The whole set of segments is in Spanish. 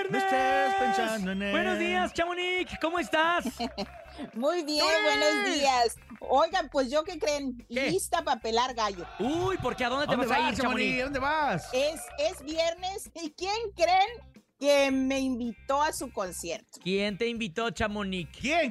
viernes! No estés pensando en él. Buenos días, Chamonix, ¿cómo estás? Muy bien, buenos días. Oigan, pues yo, ¿qué creen? ¿Qué? Lista para pelar gallo. Uy, ¿por qué? ¿A dónde ¿A te dónde vas a vas, ir, Chamonix? Chamonix? ¿A dónde vas? Es viernes y ¿quién creen que me invitó a su concierto? ¿Quién te invitó, Chamonix? ¿Quién?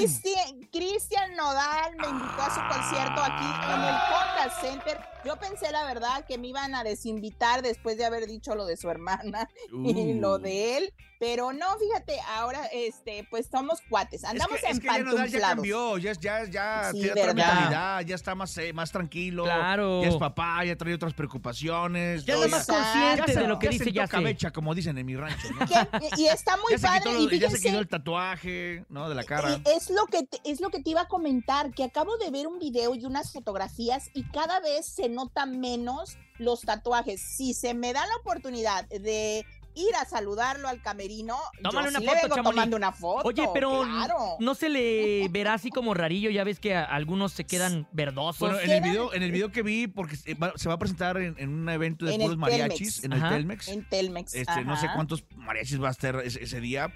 Cristian Nodal me invitó a su concierto aquí en el Honda Center. Yo pensé, la verdad, que me iban a desinvitar después de haber dicho lo de su hermana y lo de él. Pero no, fíjate, ahora pues somos cuates, andamos es que ya Nodal ya empantuflados. cambió, ya Sí, tiene otra ¿verdad? mentalidad, ya está más tranquilo. Claro. Ya es papá, ya trae otras preocupaciones. Ya no, anda más Exacto. consciente se- de lo que ya dice, sentó ya sé. cabecha, como dicen en mi rancho, ¿no? Y está muy padre. Y Ya se fíjense, quitó el tatuaje, ¿no? De la cara. es lo que te iba a comentar, que acabo de ver un video y unas fotografías y cada vez se nota menos los tatuajes. Si se me da la oportunidad de ir a saludarlo al camerino, Tómale yo una sí foto, le vengo Chamonix. tomando una foto. Oye, pero claro. ¿no se le verá así como rarillo? Ya ves que algunos se quedan verdosos. Bueno, Quedan- en el video que vi, porque se va a presentar en un evento de En puros el mariachis, Telmex. en el Ajá. Telmex. En Telmex. No sé ajá. cuántos mariachis va a estar ese día.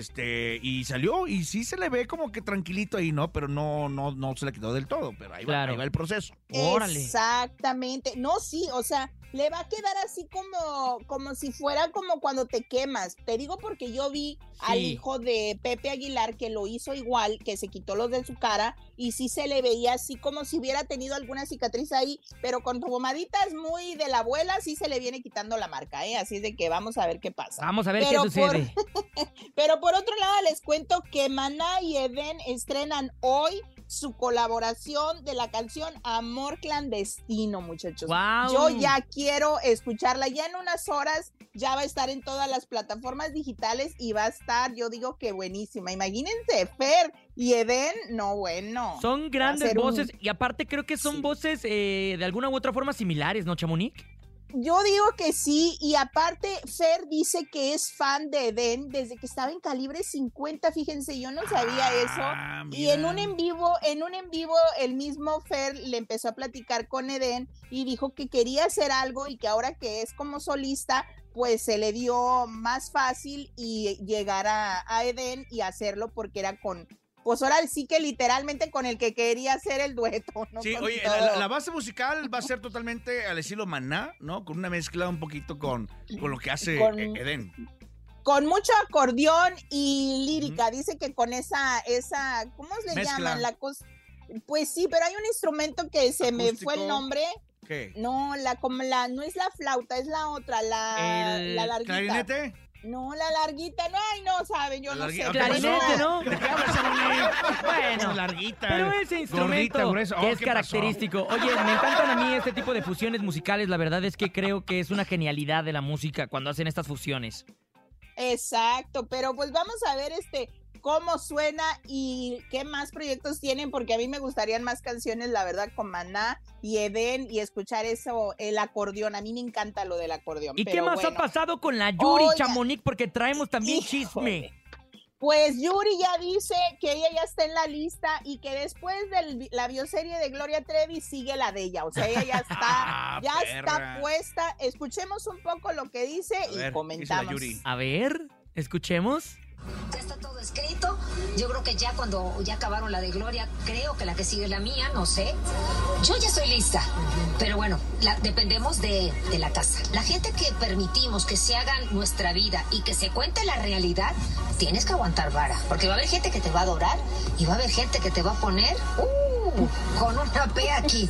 Y salió, y sí se le ve como que tranquilito ahí, ¿no? Pero no se le quedó del todo, pero Claro. ahí va el proceso. Órale. Exactamente. No, sí, o sea, le va a quedar así como si fuera como cuando te quemas. Te digo porque yo vi al Sí. hijo de Pepe Aguilar que lo hizo igual, que se quitó los de su cara y sí se le veía así como si hubiera tenido alguna cicatriz ahí, pero con pomaditas muy de la abuela sí se le viene quitando la marca, ¿eh? Así es de que vamos a ver qué pasa. Vamos a ver Pero qué sucede. Pero por otro lado les cuento que Maná y Eden estrenan hoy su colaboración de la canción Amor Clandestino, muchachos. Guau. Yo ya quiero escucharla, ya en unas horas ya va a estar en todas las plataformas digitales y va a estar, yo digo que buenísima. Imagínense, Fer y Eden, no, bueno. Son Va a grandes ser un- voces y aparte creo que son Sí. voces de alguna u otra forma similares, ¿no, Chamonix? Yo digo que sí, y aparte Fer dice que es fan de Eden desde que estaba en Calibre 50, fíjense, yo no sabía eso. Y en un en vivo, el mismo Fer le empezó a platicar con Eden y dijo que quería hacer algo y que ahora que es como solista, pues se le dio más fácil y llegar a Eden y hacerlo porque era pues ahora sí que literalmente con el que quería hacer el dueto, ¿no? Sí, Con oye, todo. la base musical va a ser totalmente al estilo Maná, ¿no? Con una mezcla un poquito con lo que hace Con- Eden. Con mucho acordeón y lírica, dice que con esa, ¿cómo le Mezcla. llaman? Pues sí, pero hay un instrumento que se me fue el Acústico. nombre. ¿Qué? No, no es la flauta, es la otra, la larguita. ¿Clarinete? No, la larguita, no, ay, no saben, yo La no sé. larguita. Clarinete, ¿no? ¿De qué hablas, Chamonix? Bueno, larguita. pero ese instrumento Gordita, gruesa. que es ¿Qué pasó? característico. Oye, me encantan a mí este tipo de fusiones musicales. La verdad es que creo que es una genialidad de la música cuando hacen estas fusiones. Exacto, pero pues vamos a ver cómo suena y qué más proyectos tienen, porque a mí me gustarían más canciones, la verdad, con Maná y Eden y escuchar eso, el acordeón. A mí me encanta lo del acordeón. ¿Y qué pero más ha bueno. pasado con la Yuri, Oiga. Chamonix? Porque traemos también Híjole. chisme. Pues Yuri ya dice que ella ya está en la lista y que después de la bioserie de Gloria Trevi sigue la de ella. O sea, ella ya está, ya perra. está puesta. Escuchemos un poco lo que dice A ver, y ¿qué dice la comentamos. Yuri? A ver, escuchemos. Ya está todo escrito. Yo creo que ya cuando ya acabaron la de Gloria, creo que la que sigue es la mía, no sé. Yo ya estoy lista. Pero bueno, dependemos de la casa. La gente que permitimos que se hagan nuestra vida y que se cuente la realidad, tienes que aguantar vara. Porque va a haber gente que te va a adorar y va a haber gente que te va a poner con una P aquí.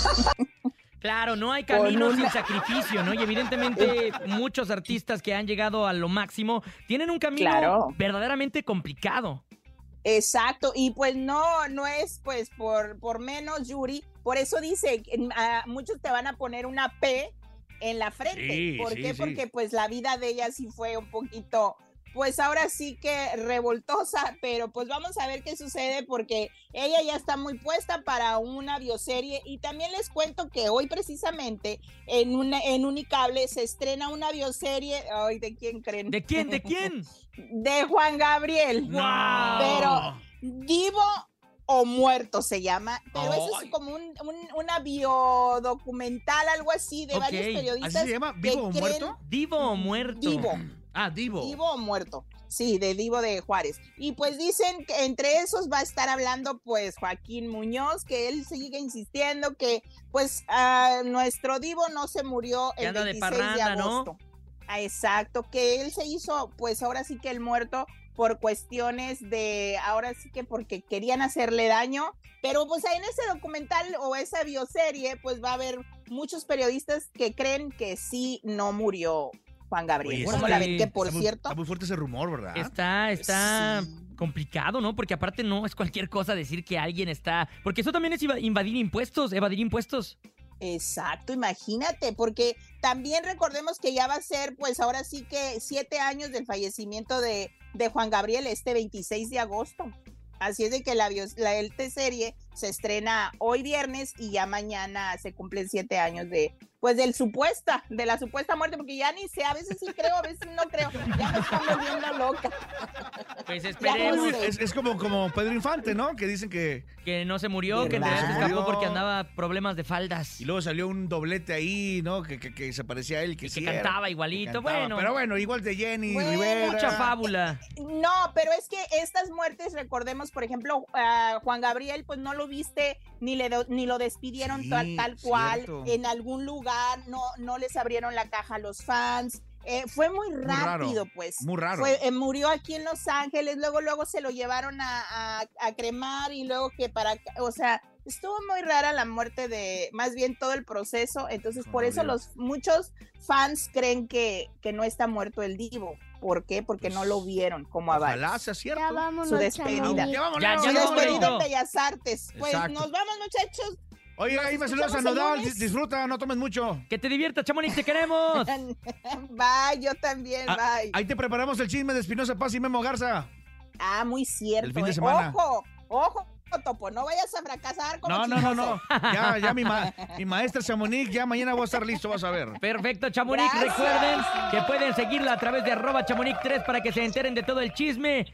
Claro, no hay camino Con sin una- sacrificio, ¿no? Y evidentemente muchos artistas que han llegado a lo máximo tienen un camino Claro. verdaderamente complicado. Exacto, y pues no es pues por menos Yuri, por eso dice, muchos te van a poner una P en la frente. Sí, ¿Por sí, qué? sí. Porque pues la vida de ella sí fue un poquito, pues ahora sí que revoltosa, pero pues vamos a ver qué sucede porque ella ya está muy puesta para una bioserie y también les cuento que hoy precisamente en Unicable se estrena una bioserie, ay, ¿de quién creen? ¿De quién? ¿De quién? De Juan Gabriel. ¡No! Pero Vivo o Muerto se llama, pero eso Ay. es como una biodocumental, algo así, de Ok, varios ¿Así periodistas se llama? que ¿Vivo o creen- muerto? ¿Vivo o muerto? Vivo. Ah, Divo. Divo o muerto. Sí, de Divo de Juárez. Y pues dicen que entre esos va a estar hablando pues Joaquín Muñoz, que él sigue insistiendo que pues nuestro Divo no se murió el 26 de agosto. ¿No? Exacto, que él se hizo pues ahora sí que el muerto por cuestiones de, ahora sí que porque querían hacerle daño, pero pues en ese documental o esa bioserie pues va a haber muchos periodistas que creen que sí no murió Juan Gabriel. Oye, ¿Cómo la ven? Que por cierto... Está muy fuerte ese rumor, ¿verdad? Está Sí. complicado, ¿no? Porque aparte no es cualquier cosa decir que alguien está... Porque eso también es evadir impuestos. Exacto, imagínate, porque también recordemos que ya va a ser, pues ahora sí que 7 años del fallecimiento de Juan Gabriel este 26 de agosto. Así es de que la serie se estrena hoy viernes y ya mañana se cumplen 7 años de la supuesta muerte, porque ya ni sé, a veces sí creo, a veces no creo, ya me están volviendo loca. Pues esperemos. Es como Pedro Infante, ¿no? Que dicen que no se murió, que en realidad se escapó porque andaba problemas de faldas. Y luego salió un doblete ahí, ¿no? Que se parecía a él. Que cantaba igualito, bueno. Pero bueno, igual de Jenny Bueno, Rivera. Mucha fábula. No, pero es que estas muertes, recordemos, por ejemplo, Juan Gabriel, pues no lo viste ni lo despidieron Sí, tal cual, cierto. en algún lugar, no les abrieron la caja a los fans. Fue muy rápido, pues. Muy raro. Murió aquí en Los Ángeles, luego se lo llevaron a cremar y luego o sea, estuvo muy rara la muerte más bien todo el proceso, entonces por eso muchos fans creen que no está muerto el Divo. ¿Por qué? Porque no lo vieron como a varios. Ojalá sea cierto. Ya vámonos, Su despedida. Ya vámonos. Ya Su vámonos. despedida en Bellas Artes. Pues Exacto. nos vamos, muchachos. Oye, ahí me saludas a escuchamos el Nodal. lunes. Disfruta, no tomes mucho. Que te diviertas, Chamonix, te queremos. Bye, yo también, bye. Ahí te preparamos el chisme de Espinosa Paz y Memo Garza. Muy cierto. El fin de semana. Ojo, Topo, no vayas a fracasar como No. chismoso. Ya mi maestra Chamonix, ya mañana voy a estar listo, vas a ver. Perfecto, Chamonix. Gracias. Recuerden que pueden seguirla a través de @Chamonix3 para que se enteren de todo el chisme.